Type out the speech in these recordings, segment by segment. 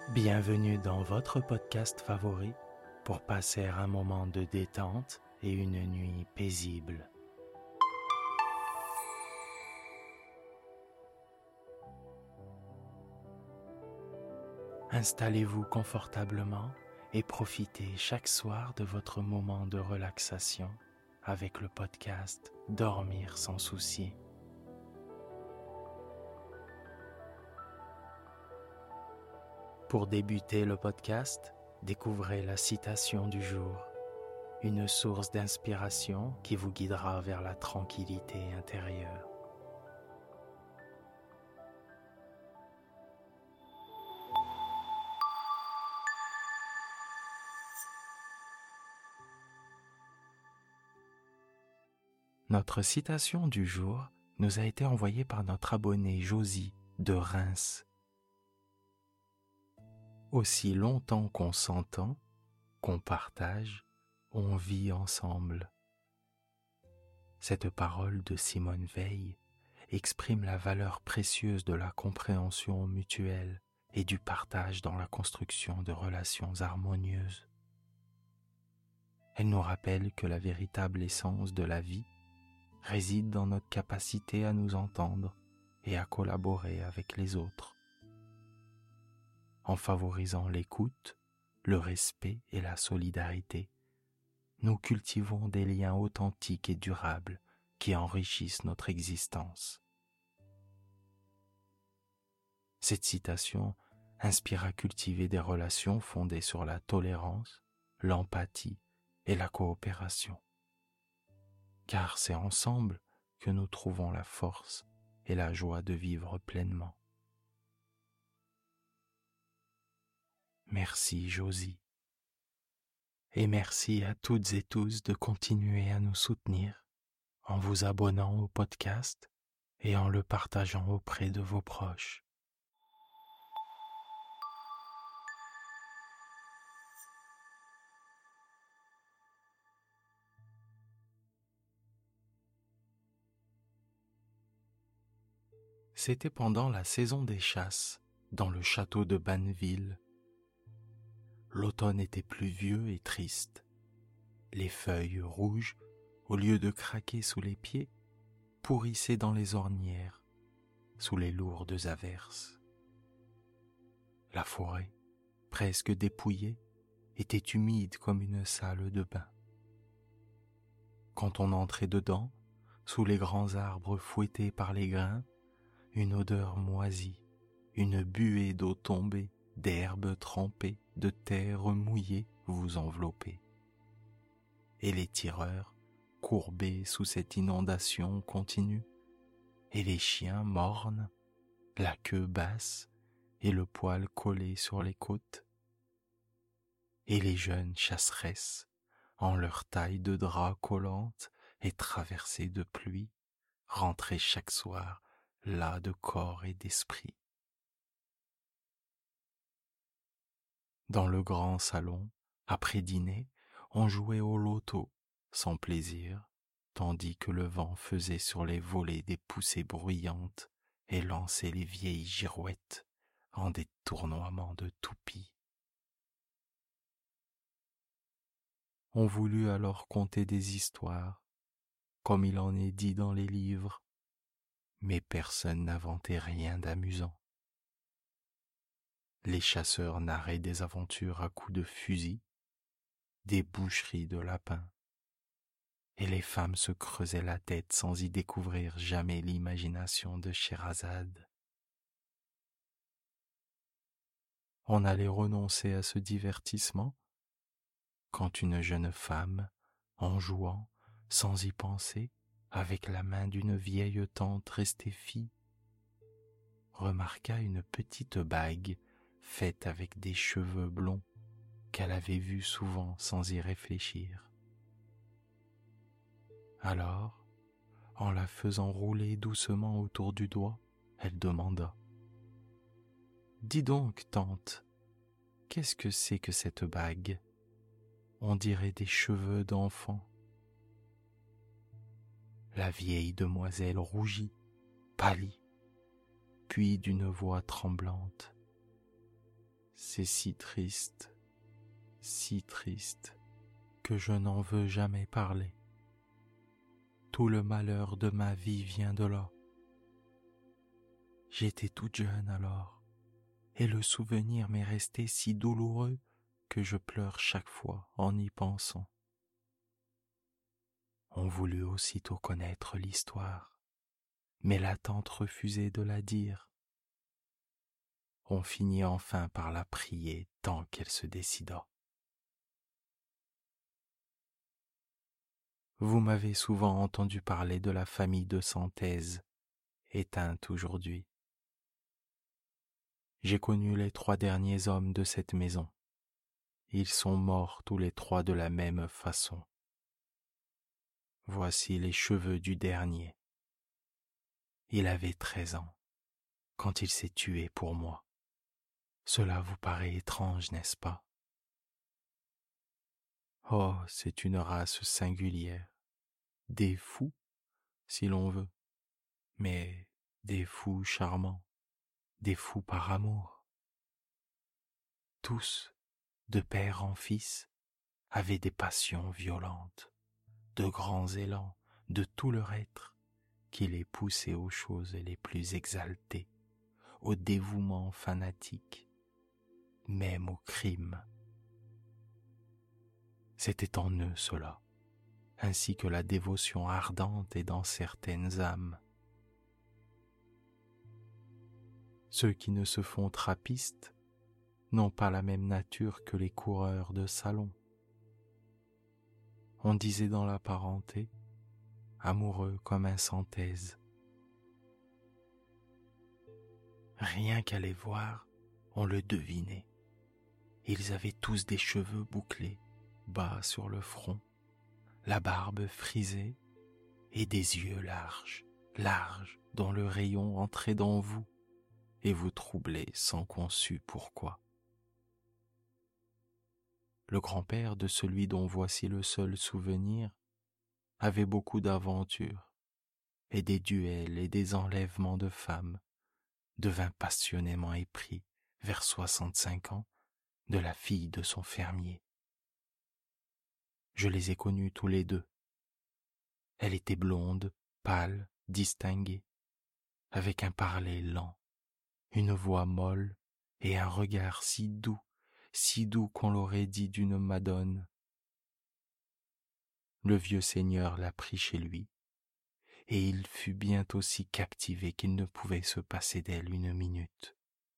Bienvenue dans votre podcast favori pour passer un moment de détente et une nuit paisible. Installez-vous confortablement et profitez chaque soir de votre moment de relaxation avec le podcast Dormir sans souci. Pour débuter le podcast, découvrez la citation du jour, une source d'inspiration qui vous guidera vers la tranquillité intérieure. Notre citation du jour nous a été envoyée par notre abonné Josie de Reims. Aussi longtemps qu'on s'entend, qu'on partage, on vit ensemble. Cette parole de Simone Veil exprime la valeur précieuse de la compréhension mutuelle et du partage dans la construction de relations harmonieuses. Elle nous rappelle que la véritable essence de la vie réside dans notre capacité à nous entendre et à collaborer avec les autres. En favorisant l'écoute, le respect et la solidarité, nous cultivons des liens authentiques et durables qui enrichissent notre existence. Cette citation inspire à cultiver des relations fondées sur la tolérance, l'empathie et la coopération. Car c'est ensemble que nous trouvons la force et la joie de vivre pleinement. Merci Josie. Et merci à toutes et tous de continuer à nous soutenir en vous abonnant au podcast et en le partageant auprès de vos proches. C'était pendant la saison des chasses, dans le château de Banneville. L'automne était pluvieux et triste. Les feuilles rouges, au lieu de craquer sous les pieds, pourrissaient dans les ornières, sous les lourdes averses. La forêt, presque dépouillée, était humide comme une salle de bain. Quand on entrait dedans, sous les grands arbres fouettés par les grains, une odeur moisie, une buée d'eau tombée, d'herbes trempées, de terre mouillée vous enveloppait. Et les tireurs, courbés sous cette inondation continue, et les chiens mornes, la queue basse et le poil collé sur les côtes, et les jeunes chasseresses, en leur taille de drap collante et traversée de pluie, rentraient chaque soir las de corps et d'esprit. Dans le grand salon, après dîner, on jouait au loto, sans plaisir, tandis que le vent faisait sur les volets des poussées bruyantes et lançait les vieilles girouettes en des tournoiements de toupies. On voulut alors conter des histoires, comme il en est dit dans les livres, mais personne n'inventait rien d'amusant. Les chasseurs narraient des aventures à coups de fusil, des boucheries de lapins, et les femmes se creusaient la tête sans y découvrir jamais l'imagination de Scheherazade. On allait renoncer à ce divertissement quand une jeune femme, en jouant, sans y penser, avec la main d'une vieille tante restée fille, remarqua une petite bague faite avec des cheveux blonds qu'elle avait vue souvent sans y réfléchir. Alors, en la faisant rouler doucement autour du doigt, elle demanda : « Dis donc, tante, qu'est-ce que c'est que cette bague ? On dirait des cheveux d'enfant. » La vieille demoiselle rougit, pâlit, puis d'une voix tremblante : « c'est si triste, que je n'en veux jamais parler. Tout le malheur de ma vie vient de là. J'étais toute jeune alors, et le souvenir m'est resté si douloureux que je pleure chaque fois en y pensant. On voulut aussitôt connaître l'histoire, mais la tante refusait de la dire. On finit enfin par la prier tant qu'elle se décida. Vous m'avez souvent entendu parler de la famille de Santèze, éteinte aujourd'hui. J'ai connu les 3 derniers hommes de cette maison. Ils sont morts tous les 3 de la même façon. Voici les cheveux du dernier. Il avait 13 ans quand il s'est tué pour moi. Cela vous paraît étrange, n'est-ce pas? Oh, c'est une race singulière. Des fous, si l'on veut, mais des fous charmants, des fous par amour. Tous, de père en fils, avaient des passions violentes, de grands élans de tout leur être qui les poussaient aux choses les plus exaltées, au dévouement fanatique, même au crime. C'était en eux cela, ainsi que la dévotion ardente est dans certaines âmes. Ceux qui ne se font trappistes n'ont pas la même nature que les coureurs de salon. On disait dans la parenté, amoureux comme un Santèze. Rien qu'à les voir, on le devinait. Ils avaient tous des cheveux bouclés, bas sur le front, la barbe frisée et des yeux larges, dont le rayon entrait dans vous et vous troublait sans qu'on sût pourquoi. Le grand-père de celui dont voici le seul souvenir avait beaucoup d'aventures, et des duels et des enlèvements de femmes, devint passionnément épris, vers 65 ans, de la fille de son fermier. Je les ai connus tous les 2. Elle était blonde, pâle, distinguée, avec un parler lent, une voix molle et un regard si doux qu'on l'aurait dit d'une madone. Le vieux seigneur la prit chez lui, et il fut bientôt si captivé qu'il ne pouvait se passer d'elle une minute.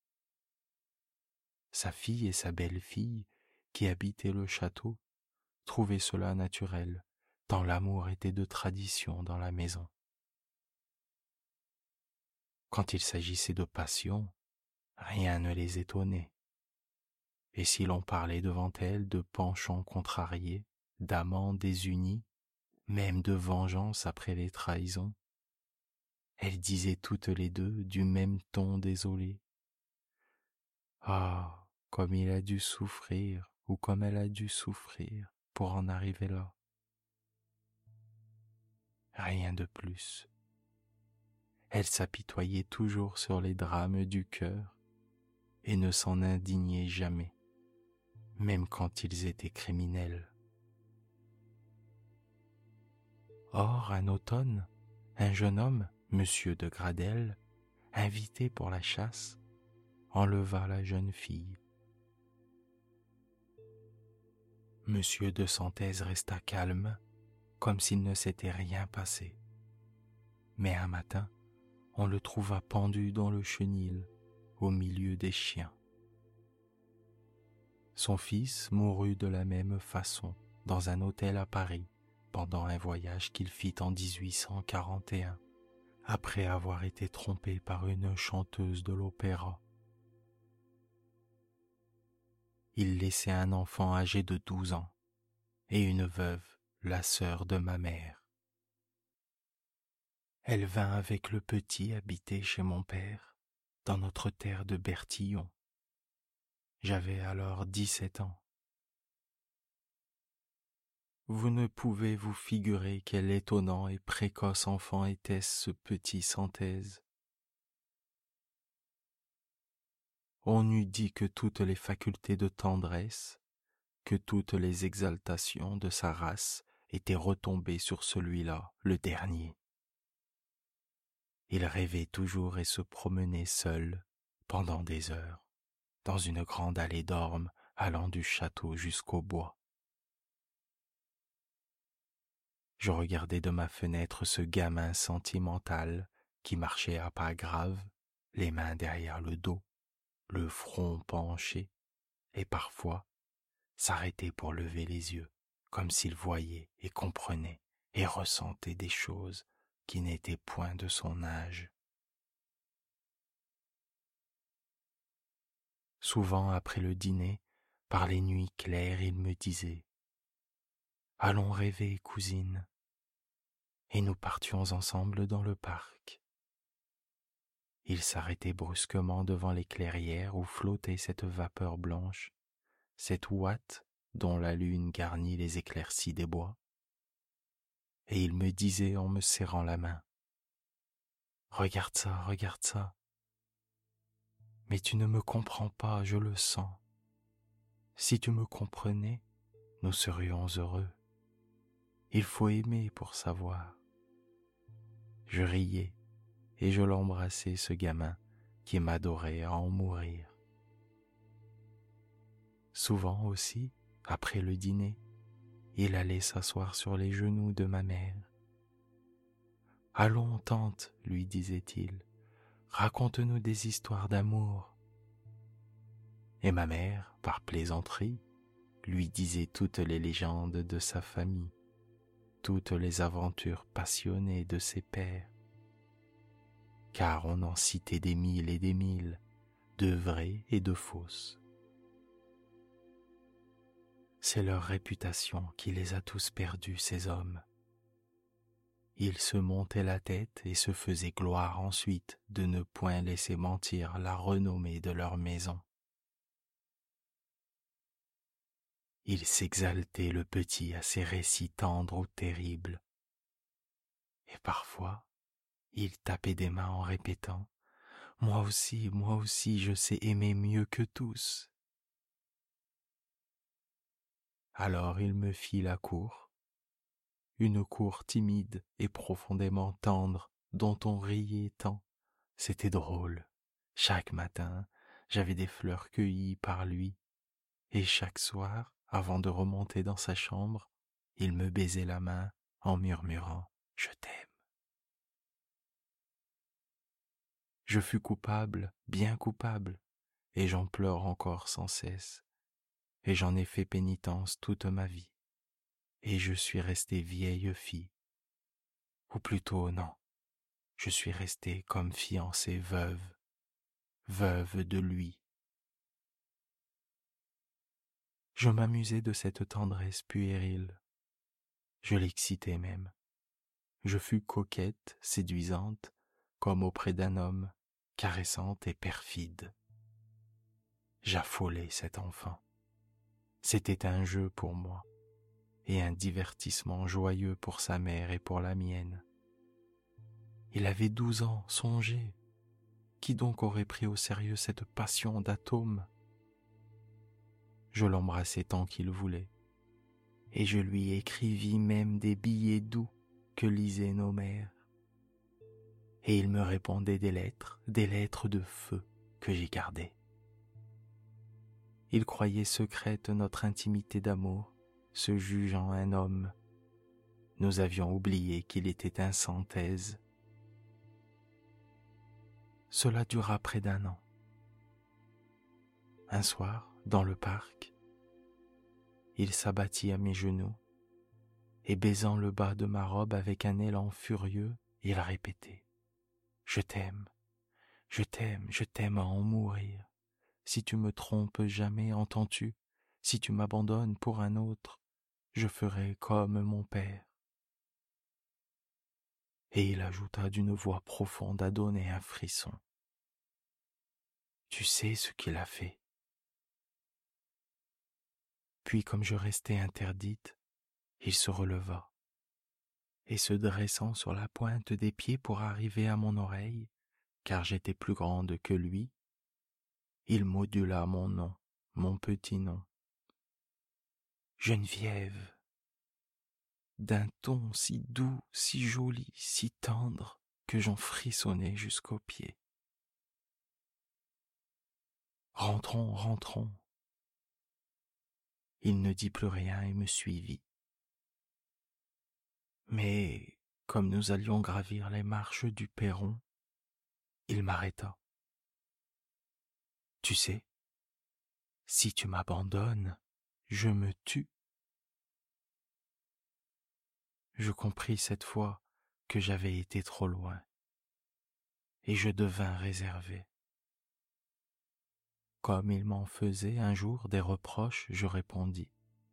Sa fille et sa belle-fille, qui habitaient le château, trouvaient cela naturel, tant l'amour était de tradition dans la maison. Quand il s'agissait de passion, rien ne les étonnait. Et si l'on parlait devant elles de penchants contrariés, d'amants désunis, même de vengeance après les trahisons, elles disaient toutes les 2 du même ton désolé: ah, comme il a dû souffrir, ou comme elle a dû souffrir pour en arriver là. Rien de plus. Elle s'apitoyait toujours sur les drames du cœur et ne s'en indignait jamais, même quand ils étaient criminels. Or, un automne, un jeune homme, Monsieur de Gradelle, invité pour la chasse, enleva la jeune fille. Monsieur de Santèze resta calme, comme s'il ne s'était rien passé. Mais un matin, on le trouva pendu dans le chenil, au milieu des chiens. Son fils mourut de la même façon, dans un hôtel à Paris, pendant un voyage qu'il fit en 1841, après avoir été trompé par une chanteuse de l'opéra. Il laissait un enfant âgé de 12 ans, et une veuve, la sœur de ma mère. Elle vint avec le petit habiter chez mon père, dans notre terre de Bertillon. J'avais alors 17 ans. Vous ne pouvez vous figurer quel étonnant et précoce enfant était ce petit Santèze. on eût dit que toutes les facultés de tendresse, que toutes les exaltations de sa race étaient retombées sur celui-là, le dernier. Il rêvait toujours et se promenait seul pendant des heures, dans une grande allée d'ormes allant du château jusqu'au bois. Je regardais de ma fenêtre ce gamin sentimental qui marchait à pas graves, les mains derrière le dos, le front penché, et parfois s'arrêtait pour lever les yeux, comme s'il voyait et comprenait et ressentait des choses qui n'étaient point de son âge. Souvent après le dîner, par les nuits claires, il me disait « Allons rêver, cousine », et nous partions ensemble dans le parc. Il s'arrêtait brusquement devant les clairières où flottait cette vapeur blanche, cette ouate dont la lune garnit les éclaircies des bois, et il me disait en me serrant la main « Regarde ça, mais tu ne me comprends pas, je le sens. Si tu me comprenais, nous serions heureux. Il faut aimer pour savoir. » Je riais et je l'embrassais, ce gamin qui m'adorait à en mourir. Souvent aussi, après le dîner, il allait s'asseoir sur les genoux de ma mère. « Allons, tante, lui disait-il, raconte-nous des histoires d'amour. » Et ma mère, par plaisanterie, lui disait toutes les légendes de sa famille, toutes les aventures passionnées de ses pères, car on en citait des mille et des mille, de vraies et de fausses. C'est leur réputation qui les a tous perdus, ces hommes. Ils se montaient la tête et se faisaient gloire ensuite de ne point laisser mentir la renommée de leur maison. Ils s'exaltaient le petit à ses récits tendres ou terribles. Et parfois, ils tapaient des mains en répétant « moi aussi, je sais aimer mieux que tous. » Alors il me fit la cour, une cour timide et profondément tendre dont on riait tant. C'était drôle. Chaque matin, j'avais des fleurs cueillies par lui, et chaque soir, avant de remonter dans sa chambre, il me baisait la main en murmurant « Je t'aime ». Je fus coupable, bien coupable, et j'en pleure encore sans cesse, et j'en ai fait pénitence toute ma vie, et je suis restée vieille fille, ou plutôt non, je suis restée comme fiancée veuve, veuve de lui. Je m'amusais de cette tendresse puérile, je l'excitais même, je fus coquette, séduisante, comme auprès d'un homme, caressante et perfide. J'affolais cet enfant. C'était un jeu pour moi et un divertissement joyeux pour sa mère et pour la mienne. Il avait 12 ans, songez. Qui donc aurait pris au sérieux cette passion d'atome? Je l'embrassai tant qu'il voulait, et je lui écrivis même des billets doux que lisaient nos mères. Et il me répondait des lettres de feu que j'ai gardées. Il croyait secrète notre intimité d'amour, se jugeant un homme. Nous avions oublié qu'il était un synthèse. Cela dura près d'1 an. Un soir, dans le parc, il s'abattit à mes genoux et baisant le bas de ma robe avec un élan furieux, il répétait « Je t'aime, je t'aime, je t'aime à en mourir. Si tu me trompes jamais, entends-tu? Si tu m'abandonnes pour un autre, je ferai comme mon père. » Et il ajouta d'une voix profonde à donner un frisson. « Tu sais ce qu'il a fait. » Puis comme je restais interdite, il se releva, et se dressant sur la pointe des pieds pour arriver à mon oreille, car j'étais plus grande que lui, il modula mon nom, mon petit nom. Geneviève, d'un ton si doux, si joli, si tendre, que j'en frissonnais jusqu'aux pieds. Rentrons, rentrons. Il ne dit plus rien et me suivit. Mais, comme nous allions gravir les marches du perron, il m'arrêta. Tu sais, si tu m'abandonnes, je me tue. Je compris cette fois que j'avais été trop loin, et je devins réservé. Comme il m'en faisait un jour des reproches, je répondis.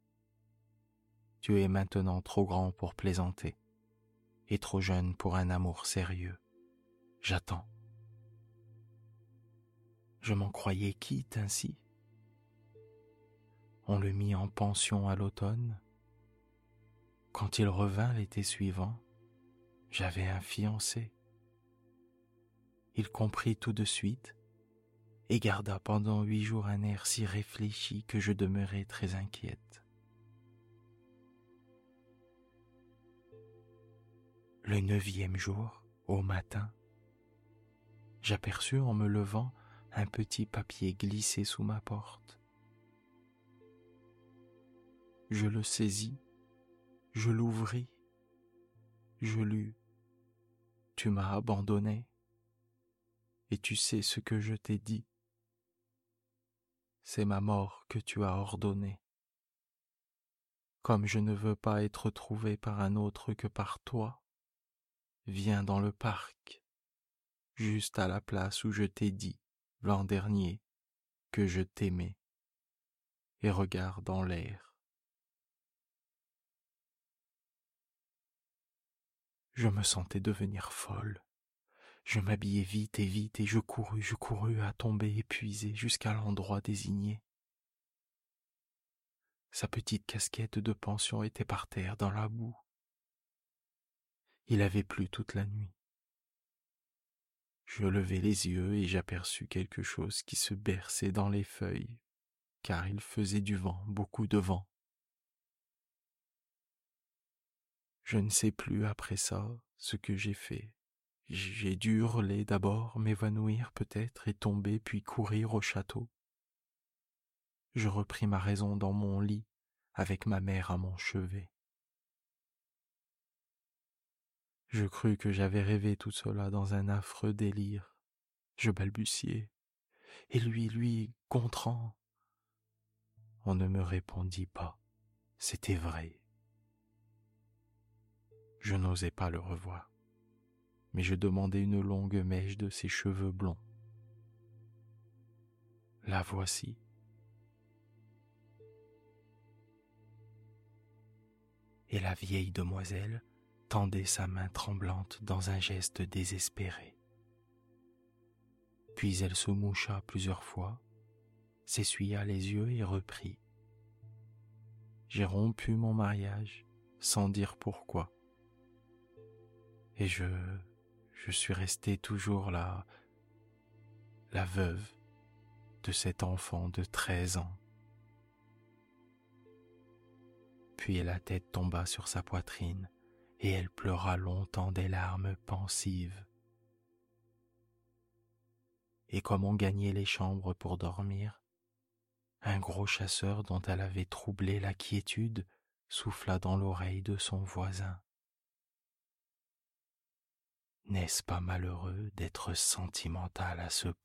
Tu es maintenant trop grand pour plaisanter, et trop jeune pour un amour sérieux. J'attends. Je m'en croyais quitte ainsi. On le mit en pension à l'automne. Quand il revint l'été suivant, j'avais un fiancé. Il comprit tout de suite et garda pendant 8 jours un air si réfléchi que je demeurai très inquiète. Le 9e jour, au matin, j'aperçus en me levant un petit papier glissé sous ma porte. Je le saisis, je l'ouvris, je lus « Tu m'as abandonné et tu sais ce que je t'ai dit. C'est ma mort que tu as ordonnée. Comme je ne veux pas être trouvé par un autre que par toi, viens dans le parc, juste à la place où je t'ai dit, l'an dernier, que je t'aimais, et regarde en l'air. » Je me sentais devenir folle. Je m'habillai vite et je courus à tomber épuisé jusqu'à l'endroit désigné. Sa petite casquette de pension était par terre dans la boue. Il avait plu toute la nuit. Je levai les yeux et j'aperçus quelque chose qui se berçait dans les feuilles, car il faisait du vent, beaucoup de vent. Je ne sais plus après ça ce que j'ai fait. J'ai dû hurler d'abord, m'évanouir peut-être et tomber puis courir au château. Je repris ma raison dans mon lit avec ma mère à mon chevet. Je crus que j'avais rêvé tout cela dans un affreux délire. Je balbutiai. Et lui, Gontran. On ne me répondit pas. C'était vrai. Je n'osais pas le revoir, mais je demandai une longue mèche de ses cheveux blonds. La voici. Et la vieille demoiselle tendait sa main tremblante dans un geste désespéré. Puis elle se moucha plusieurs fois, s'essuya les yeux et reprit. J'ai rompu mon mariage sans dire pourquoi. Et je suis restée toujours là, la veuve de cet enfant de 13 ans. Puis la tête tomba sur sa poitrine et elle pleura longtemps des larmes pensives. Et comme on gagnait les chambres pour dormir, un gros chasseur dont elle avait troublé la quiétude souffla dans l'oreille de son voisin. N'est-ce pas malheureux d'être sentimental à ce point-là ?